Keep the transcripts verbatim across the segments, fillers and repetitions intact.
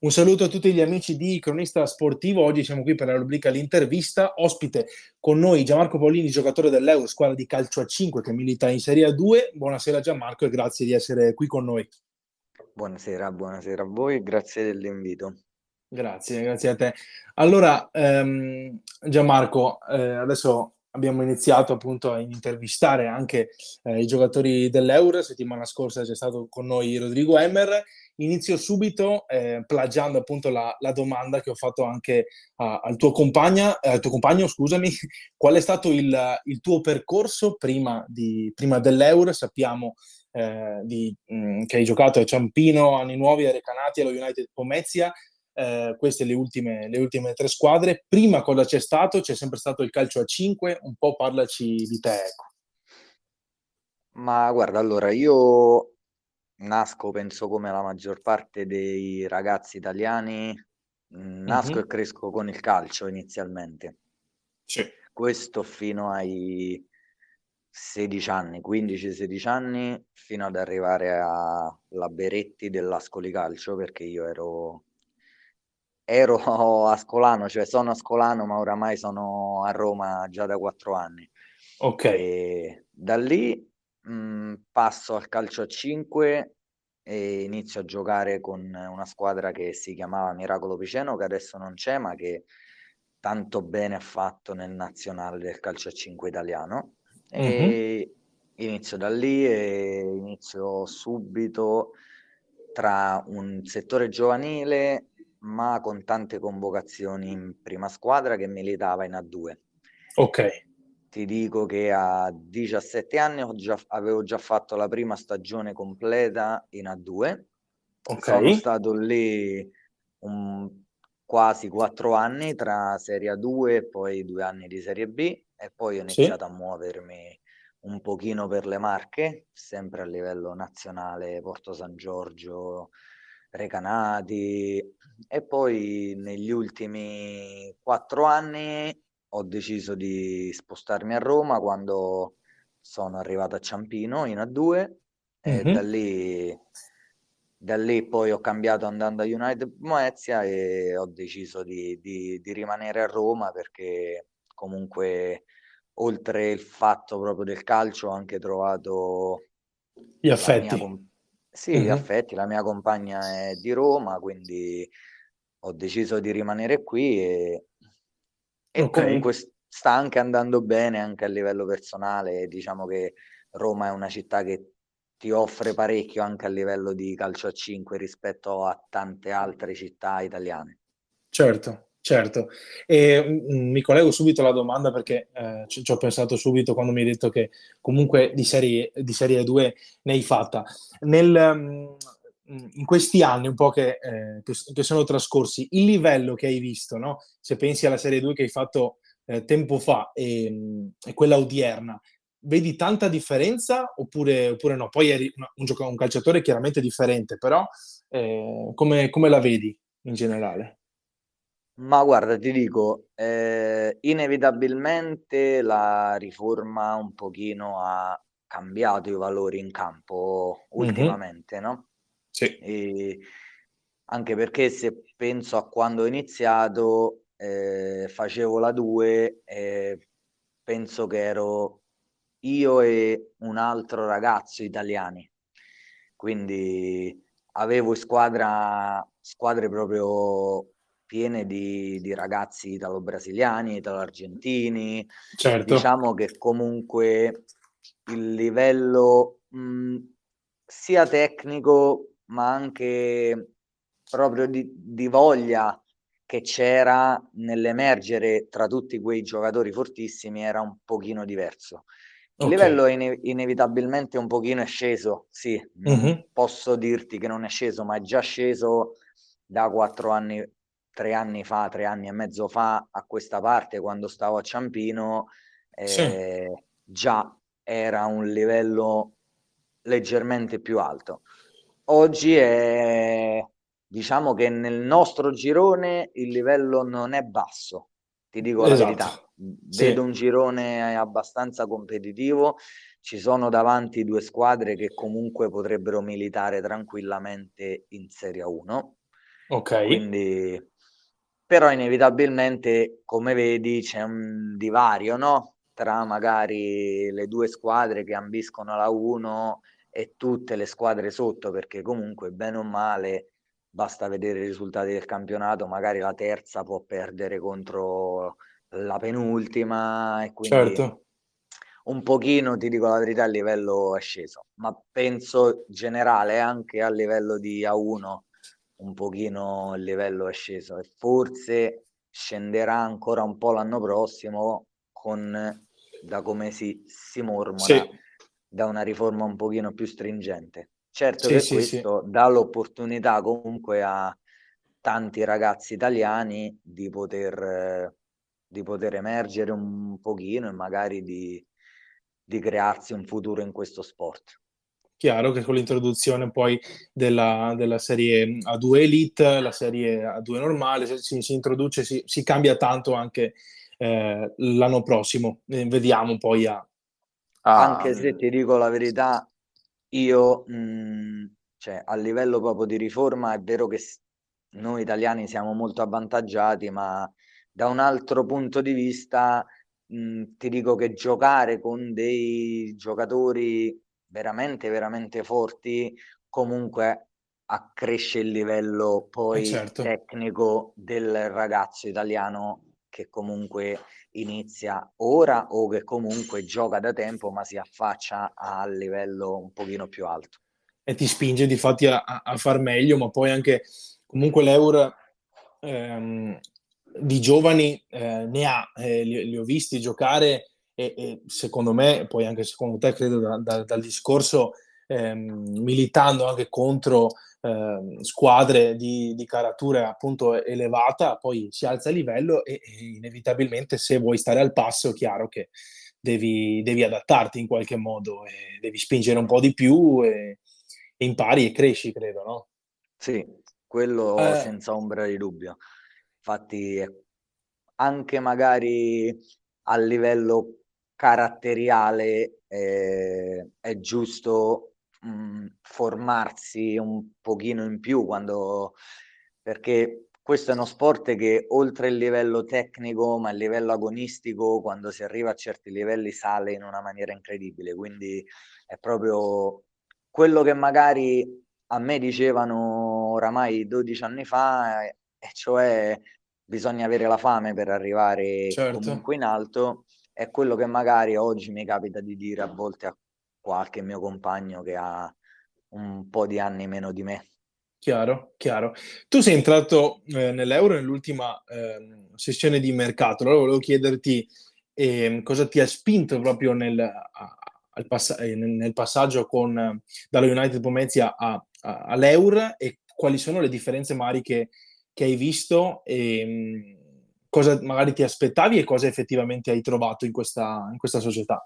Un saluto a tutti gli amici di Cronista Sportivo. Oggi siamo qui per la rubrica L'intervista. Ospite con noi Gianmarco Paolini, giocatore dell'Euro, squadra di calcio a cinque che milita in Serie A due. Buonasera Gianmarco e grazie di essere qui con noi. Buonasera, buonasera a voi e grazie dell'invito. Grazie, grazie a te. Allora, ehm, Gianmarco, eh, adesso abbiamo iniziato appunto a intervistare anche eh, i giocatori dell'Euro. Settimana scorsa c'è stato con noi Rodrigo Emmer. Inizio subito eh, plagiando appunto la, la domanda che ho fatto anche a- al tuo compagna, eh, al tuo compagno, scusami, qual è stato il, il tuo percorso prima, di, prima dell'Euro? Sappiamo eh, di, mh, che hai giocato a Ciampino, Anni Nuovi, a Recanati, allo United Pomezia. Eh, queste le ultime, le ultime tre squadre. Prima cosa c'è stato? C'è sempre stato il calcio a cinque, un po' parlaci di te, ecco. Ma guarda, allora io nasco, penso come la maggior parte dei ragazzi italiani, mh, nasco Mhm. e cresco con il calcio inizialmente. Sì. Questo fino ai sedici anni, quindici sedici anni, fino ad arrivare alla Beretti dell'Ascoli Calcio, perché io ero ero ascolano, cioè sono ascolano, ma oramai sono a Roma già da quattro anni. Ok. E da lì mh, passo al calcio a cinque e inizio a giocare con una squadra che si chiamava Miracolo Piceno, che adesso non c'è, ma che tanto bene ha fatto nel nazionale del calcio a cinque italiano. Mhm. E inizio da lì e inizio subito tra un settore giovanile ma con tante convocazioni in prima squadra che militava in A due. Ok. Ti dico che a diciassette anni ho già, avevo già fatto la prima stagione completa in A due. Ok. Sono stato lì un, quasi quattro anni tra Serie A due e poi due anni di Serie B e poi ho Sì. iniziato a muovermi un pochino per le Marche, sempre a livello nazionale, Porto San Giorgio, Recanati e poi negli ultimi quattro anni ho deciso di spostarmi a Roma quando sono arrivato a Ciampino in A due e da Mhm. lì, da lì poi ho cambiato andando a United Moezia e ho deciso di, di- di rimanere a Roma perché comunque oltre il fatto proprio del calcio ho anche trovato Gli la mia, affetti. com- sì, gli Mhm. affetti, la mia compagna è di Roma, quindi ho deciso di rimanere qui e, e Ok. comunque s- sta anche andando bene anche a livello personale. Diciamo che Roma è una città che ti offre parecchio anche a livello di calcio a cinque rispetto a tante altre città italiane. Certo, certo. E mm, mi collego subito alla domanda perché eh, ci, ci ho pensato subito quando mi hai detto che comunque di serie, di serie due ne hai fatta. Nel, mm, in questi anni un po' che, eh, che, che sono trascorsi, il livello che hai visto, no? Se pensi alla serie due che hai fatto eh, tempo fa e, mm, e quella odierna, vedi tanta differenza oppure, oppure no? Poi eri una- un, gioca- un calciatore chiaramente differente, però eh, come, come la vedi in generale? Ma guarda, ti dico, eh, inevitabilmente la riforma un pochino ha cambiato i valori in campo Mhm. ultimamente, no? Sì. E anche perché se penso a quando ho iniziato, eh, facevo la due e penso che ero io e un altro ragazzo italiani. Quindi avevo in squadra squadre proprio piene di, di ragazzi italo-brasiliani, italo-argentini. Certo. Diciamo che comunque il livello mh, sia tecnico, ma anche proprio di, di voglia che c'era nell'emergere tra tutti quei giocatori fortissimi era un pochino diverso. Il Ok. livello è ine- inevitabilmente un pochino è sceso, sì, non Mhm. posso dirti che non è sceso, ma è già sceso da quattro anni, tre anni fa, tre anni e mezzo fa a questa parte, quando stavo a Ciampino, Sì. eh, già era un livello leggermente più alto. Oggi è, diciamo che nel nostro girone il livello non è basso, ti dico la Esatto. verità. Sì. Vedo un girone abbastanza competitivo, ci sono davanti due squadre che comunque potrebbero militare tranquillamente in Serie uno. Ok, Quindi, però inevitabilmente, come vedi, c'è un divario, no? Tra magari le due squadre che ambiscono la uno e tutte le squadre sotto, perché comunque, bene o male, basta vedere i risultati del campionato, magari la terza può perdere contro la penultima e quindi certo. un pochino, ti dico la verità, il livello è sceso, ma penso generale anche a livello di A uno un pochino il livello è sceso e forse scenderà ancora un po' l'anno prossimo con, da come si, si mormora, Sì, da una riforma un pochino più stringente. Certo sì, che sì, sì. questo dà l'opportunità comunque a tanti ragazzi italiani di poter, eh, di poter emergere un pochino e magari di, di crearsi un futuro in questo sport. Chiaro che con l'introduzione poi della, della serie A due Elite, la serie A due normale, se- si, si introduce, si, si cambia tanto anche eh, l'anno prossimo. Eh, vediamo poi a, a- Anche se ti dico la verità, io, mh, cioè, a livello proprio di riforma, è vero che s- noi italiani siamo molto avvantaggiati, ma da un altro punto di vista, mh, ti dico che giocare con dei giocatori veramente, veramente forti, comunque accresce il livello eh, poi certo. tecnico del ragazzo italiano che comunque inizia ora o che comunque gioca da tempo ma si affaccia a livello un pochino più alto. E ti spinge di fatti a, a- a far meglio, ma poi anche comunque l'Eur ehm, di giovani eh, ne ha, eh, li, li ho visti giocare e, e secondo me, poi anche secondo te, credo da- da- dal discorso ehm, militando anche contro ehm, squadre di, di caratura appunto elevata, poi si alza il livello e, e inevitabilmente se vuoi stare al passo è chiaro che devi, devi adattarti in qualche modo, e devi spingere un po' di più e, e impari e cresci, credo, no? Sì, quello Eh, senza ombra di dubbio. Infatti, eh, anche magari a livello caratteriale, eh, è giusto mh, formarsi un pochino in più quando, perché questo è uno sport che oltre il livello tecnico, ma il livello agonistico, quando si arriva a certi livelli sale in una maniera incredibile. Quindi è proprio quello che magari a me dicevano oramai dodici anni fa, e e cioè bisogna avere la fame per arrivare certo. comunque in alto, è quello che magari oggi mi capita di dire a volte a qualche mio compagno che ha un po' di anni meno di me. Chiaro, chiaro. Tu sei entrato eh, nell'euro nell'ultima ehm, sessione di mercato, allora volevo chiederti ehm, cosa ti ha spinto proprio nel, a- al pass- eh, nel- nel passaggio con, eh, dalla United Pomezia a- a- all'Eur e quali sono le differenze magari che, che hai visto e mh, cosa magari ti aspettavi e cosa effettivamente hai trovato in questa, in questa società.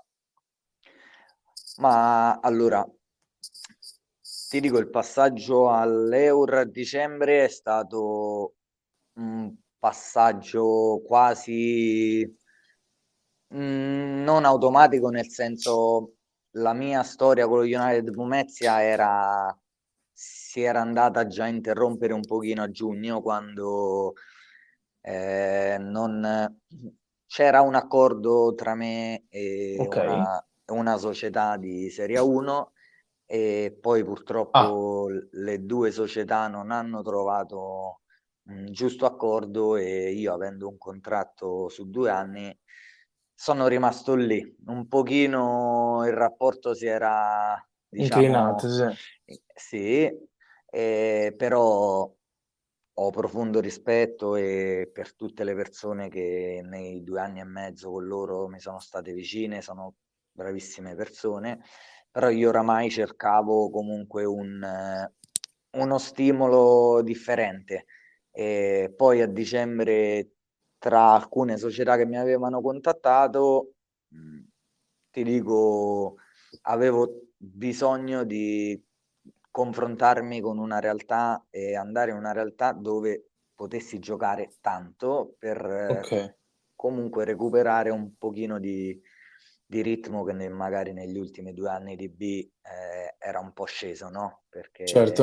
Ma allora, ti dico, il passaggio all'Euro a dicembre è stato un passaggio quasi mm, non automatico, nel senso la mia storia con lo United Pomezia era, si era andata già a interrompere un pochino a giugno quando eh, non, c'era un accordo tra me e Ok. una, una società di Serie uno e poi Ah, purtroppo le due società non hanno trovato un giusto accordo e io avendo un contratto su due anni sono rimasto lì. Un pochino il rapporto si era, inclinato, diciamo, sì. sì, eh, però ho profondo rispetto e per tutte le persone che nei due anni e mezzo con loro mi sono state vicine, sono bravissime persone, però io oramai cercavo comunque un, eh, uno stimolo differente. E poi a dicembre, tra alcune società che mi avevano contattato, mh, ti dico, avevo bisogno di confrontarmi con una realtà e andare in una realtà dove potessi giocare tanto per eh, Ok, comunque recuperare un pochino di, di ritmo che ne- magari negli ultimi due anni di B eh, era un po' sceso, no? certo. Perché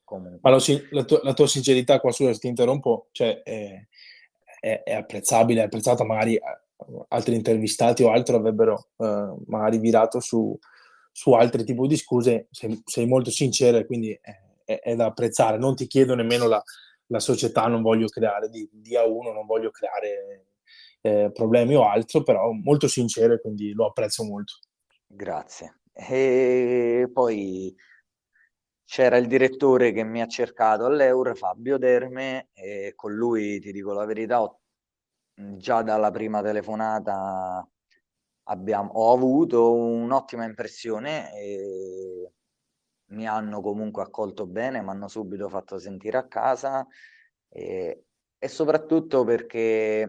comunque. Allora, sì, la, tua, la tua sincerità qua, scusa se ti interrompo, cioè, è, è, è apprezzabile, è apprezzata. Magari eh, altri intervistati o altro avrebbero eh, magari virato su, su altri tipi di scuse. Sei, sei molto sincero e quindi è, è- è da apprezzare. Non ti chiedo nemmeno la, la società, non voglio creare di, di A uno, non voglio creare eh, problemi o altro, però molto sincero e quindi lo apprezzo molto. Grazie. E poi c'era il direttore che mi ha cercato all'Eur, Fabio Terme, e con lui, ti dico la verità, ho- già dalla prima telefonata abbiamo, ho avuto un'ottima impressione e mi hanno comunque accolto bene, mi hanno subito fatto sentire a casa e, e soprattutto perché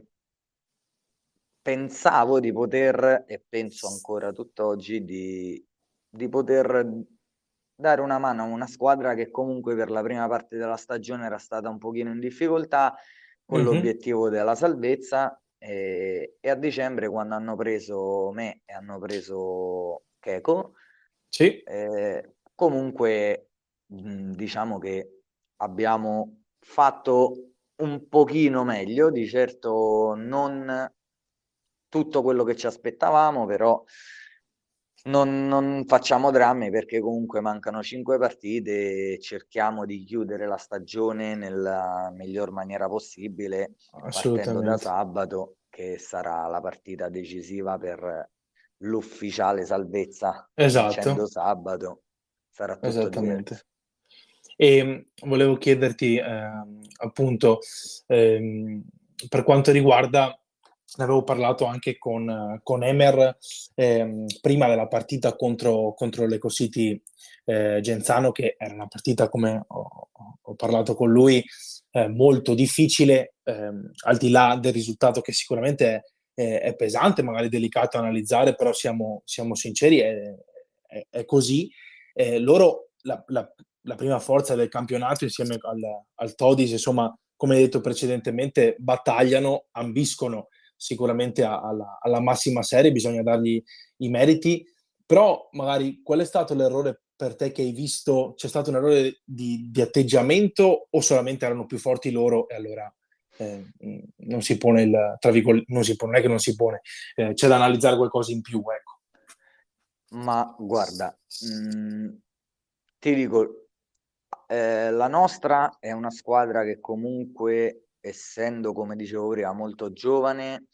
pensavo di poter, e penso ancora tutt'oggi, di, di poter dare una mano a una squadra che comunque per la prima parte della stagione era stata un pochino in difficoltà con Mhm. l'obiettivo della salvezza e, e a dicembre quando hanno preso me e hanno preso Checco, Sì, eh, comunque mh, diciamo che abbiamo fatto un pochino meglio, di certo non tutto quello che ci aspettavamo, però non, non facciamo drammi perché comunque mancano cinque partite e cerchiamo di chiudere la stagione nella miglior maniera possibile, partendo da assolutamente. sabato, che sarà la partita decisiva per l'ufficiale salvezza. Vincendo Esatto, sabato sarà tutto diverso. esattamente. E mh, volevo chiederti, ehm, appunto, ehm, per quanto riguarda, ne avevo parlato anche con, eh, con Emer ehm, prima della partita contro, contro l'Eco City eh, Genzano, che era una partita, come ho, ho parlato con lui, eh, molto difficile, ehm, al di là del risultato che sicuramente è, è- è pesante, magari delicato da analizzare, però siamo, siamo sinceri, è, è- è così. Eh, loro, la, la la prima forza del campionato insieme al, al Todis, insomma, come detto precedentemente, battagliano, ambiscono sicuramente a- alla, alla massima serie, bisogna dargli i meriti, però magari qual è stato l'errore per te che hai visto? C'è stato un errore di, di atteggiamento o solamente erano più forti loro e allora eh, non si pone il, tra virgolette, non si pone, non è che non si pone, eh, c'è da analizzare qualcosa in più, ecco. Ma guarda, mh, ti dico, eh, la nostra è una squadra che comunque, essendo, come dicevo prima, molto giovane,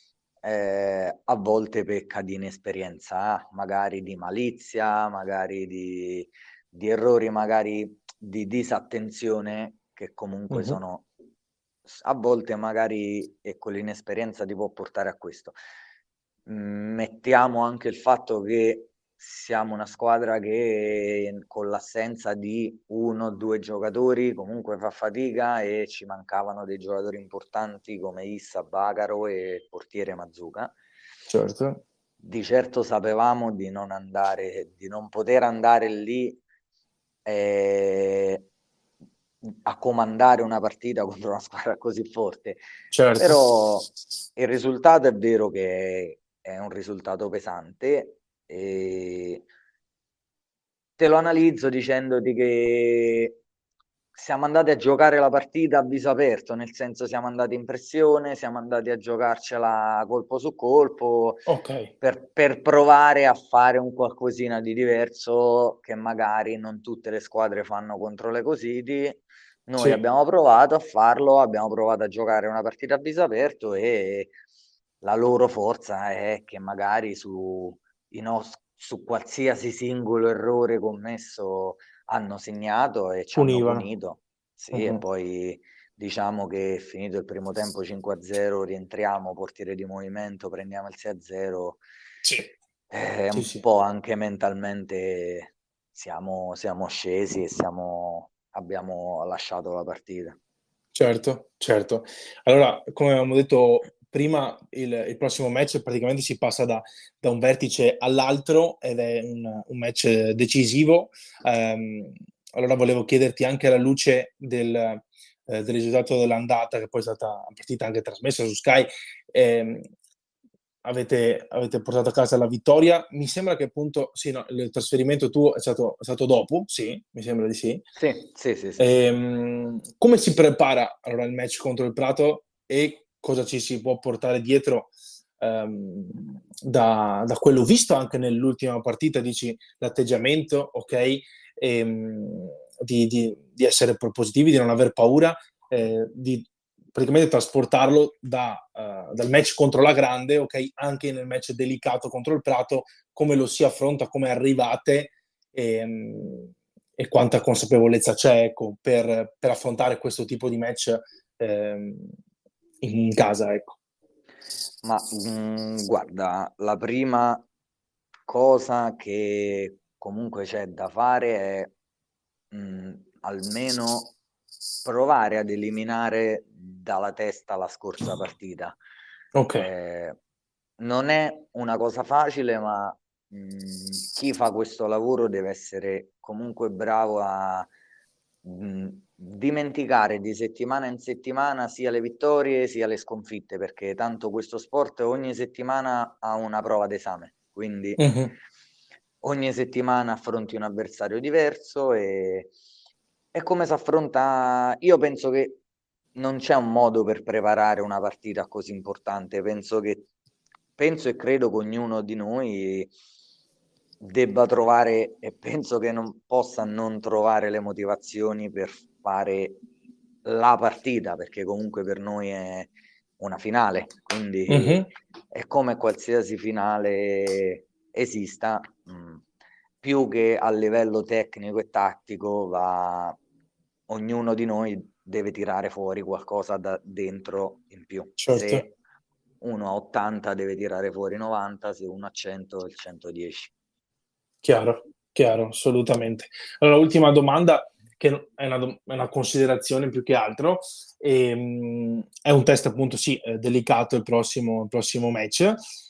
eh, a volte pecca di inesperienza, magari di malizia, magari di, di errori, magari di disattenzione, che comunque Mhm. sono a volte magari, ecco, l'inesperienza ti può portare a questo. Mm, Mettiamo anche il fatto che siamo una squadra che con l'assenza di uno o due giocatori comunque fa fatica e ci mancavano dei giocatori importanti come Issa, Bacaro e il portiere Mazzuca. Certo. Di certo sapevamo di non andare, di non poter andare lì eh, a comandare una partita contro una squadra così forte. Certo. Però il risultato è vero che è un risultato pesante e te lo analizzo dicendoti che siamo andati a giocare la partita a viso aperto, nel senso siamo andati in pressione, siamo andati a giocarcela colpo su colpo Ok. per, per provare a fare un qualcosina di diverso che magari non tutte le squadre fanno contro le Cositi. Noi Sì. abbiamo provato a farlo, abbiamo provato a giocare una partita a viso aperto e la loro forza è che magari su, i nos- su qualsiasi singolo errore commesso hanno segnato e ci hanno Punivano. punito. Sì, e Mhm. poi diciamo che finito il primo tempo cinque a zero, rientriamo, portiere di movimento, prendiamo il sei a zero. Sì, Eh, sì, un sì, po' anche mentalmente siamo, siamo scesi e siamo, abbiamo lasciato la partita. certo, certo. Allora, come avevamo detto prima, il, il prossimo match praticamente si passa da, da un vertice all'altro ed è un, un match decisivo. Ehm, allora volevo chiederti anche alla luce del, eh, del risultato dell'andata, che poi è stata una partita anche trasmessa su Sky, ehm, avete, avete portato a casa la vittoria. Mi sembra che appunto, sì, no, il trasferimento tuo è stato, è stato dopo, sì, mi sembra di sì. Sì, sì, sì, sì. Ehm, come si prepara allora il match contro il Prato e cosa ci si può portare dietro ehm, da, da quello visto anche nell'ultima partita? Dici l'atteggiamento, ok, ehm, di, di- di essere propositivi, di non aver paura, eh, di praticamente trasportarlo da, eh, dal match contro la Grande, ok, anche nel match delicato contro il Prato, come lo si affronta, come arrivate. Ehm, e quanta consapevolezza c'è, ecco, per, per affrontare questo tipo di match ehm, in casa, ecco. Ma mh, guarda, la prima cosa che comunque c'è da fare è mh, almeno provare ad eliminare dalla testa la scorsa partita. Ok. Eh, non è una cosa facile, ma mh, chi fa questo lavoro deve essere comunque bravo a mh, dimenticare di settimana in settimana sia le vittorie sia le sconfitte, perché tanto questo sport ogni settimana ha una prova d'esame, quindi Mhm. ogni settimana affronti un avversario diverso e è come si affronta. Io penso che non c'è un modo per preparare una partita così importante. Penso che penso e credo che ognuno di noi debba trovare e penso che non possa non trovare le motivazioni per fare la partita, perché comunque per noi è una finale, quindi Mhm. è come qualsiasi finale esista, mh, più che a livello tecnico e tattico va ognuno di noi deve tirare fuori qualcosa da dentro in più. Certo, Se uno a ottanta deve tirare fuori novanta, se uno a cento il centodieci. chiaro, chiaro, assolutamente. Allora, ultima domanda, che è una, dom- è una considerazione più che altro. Ehm, è un test appunto, sì, eh, delicato il prossimo, il prossimo match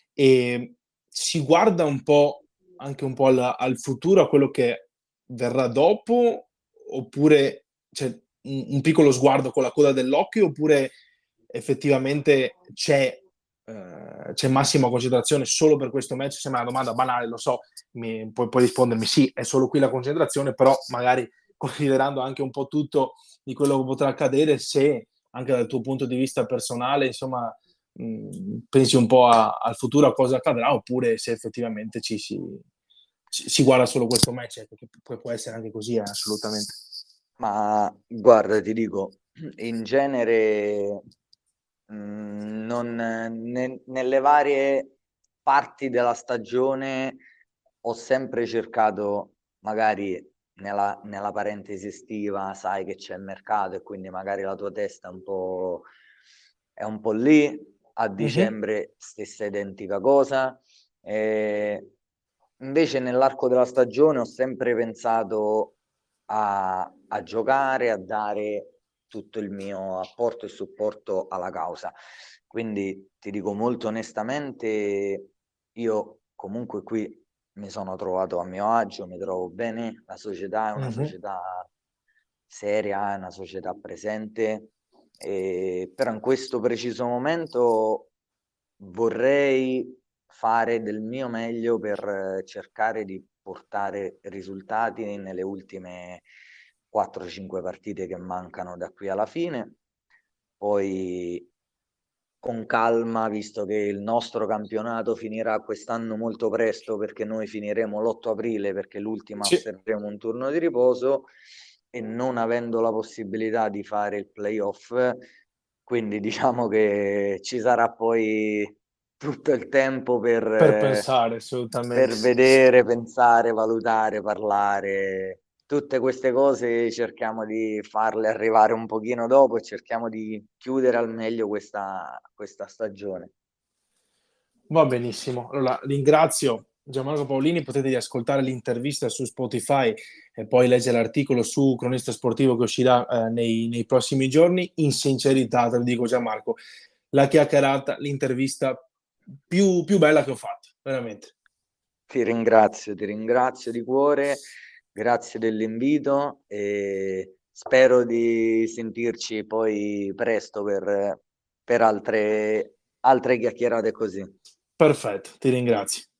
e si guarda un po' anche un po' al, al futuro, a quello che verrà dopo, oppure c'è un, un piccolo sguardo con la coda dell'occhio, oppure effettivamente c'è, eh, c'è massima considerazione solo per questo match? Sembra una domanda banale, lo so, mi, puoi, puoi rispondermi sì, è solo qui la concentrazione, però magari considerando anche un po' tutto di quello che potrà accadere, se anche dal tuo punto di vista personale, insomma, mh, pensi un po' a, al futuro, a cosa accadrà, oppure se effettivamente ci si, ci- si guarda solo questo match, ecco, che può, può essere anche così, eh, assolutamente. Ma guarda, ti dico, in genere mh, non, ne- nelle varie parti della stagione ho sempre cercato, magari nella, nella parentesi estiva, sai che c'è il mercato e quindi magari la tua testa è un po', è un po' lì, a Mhm. dicembre stessa identica cosa. E invece nell'arco della stagione ho sempre pensato a, a giocare, a dare tutto il mio apporto e supporto alla causa. Quindi ti dico molto onestamente, io comunque qui mi sono trovato a mio agio, mi trovo bene, la società è una Mhm. società seria, è una società presente, e, però in questo preciso momento vorrei fare del mio meglio per cercare di portare risultati nelle ultime quattro cinque partite che mancano da qui alla fine. Poi con calma, visto che il nostro campionato finirà quest'anno molto presto perché noi finiremo l'otto aprile perché l'ultima Sì. osserveremo un turno di riposo e non avendo la possibilità di fare il playoff, quindi diciamo che ci sarà poi tutto il tempo per, Per eh, pensare, assolutamente. per vedere, pensare, valutare, parlare. Tutte queste cose cerchiamo di farle arrivare un pochino dopo e cerchiamo di chiudere al meglio questa, questa stagione. Va benissimo. Allora, ringrazio Gianmarco Paolini, potete riascoltare l'intervista su Spotify e poi leggere l'articolo su Cronista Sportivo che uscirà eh, nei, nei prossimi giorni. In sincerità, te lo dico Gianmarco, la chiacchierata, l'intervista più, più bella che ho fatto, veramente. Ti ringrazio, ti ringrazio di cuore, grazie dell'invito e spero di sentirci poi presto per, per altre, altre chiacchierate così. Perfetto, ti ringrazio.